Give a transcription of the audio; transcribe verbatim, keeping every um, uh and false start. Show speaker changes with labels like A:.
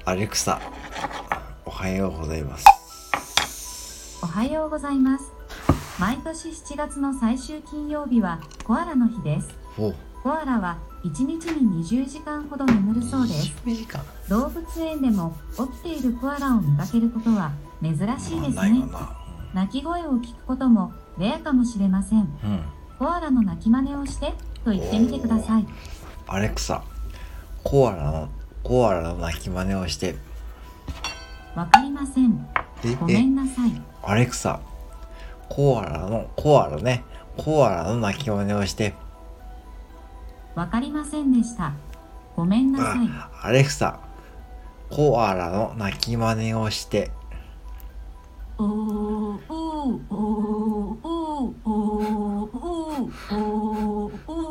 A: アレクサ、おはようございます。
B: おはようございます。毎年しちがつの最終金曜日はコアラの日です。コアラはいちにちににじゅうじかんほど眠るそうです。
A: にじゅうじかん。
B: 動物園でも起きているコアラを見かけることは珍しいですね。鳴き声を聞くこともレアかもしれません。
A: うん、
B: コアラの鳴き真似をしてと言ってみてください。
A: アレクサ、コアラのコアラの鳴き真似をして。
B: わかりません。ごめんなさい。
A: アレクサ、コアラのコアラねコアラの鳴き真似をして。
B: わかりませんでした。ごめんなさい。
A: アレクサ、コアラの鳴き真似をして。
B: おーおーおーおーおーおーおーおー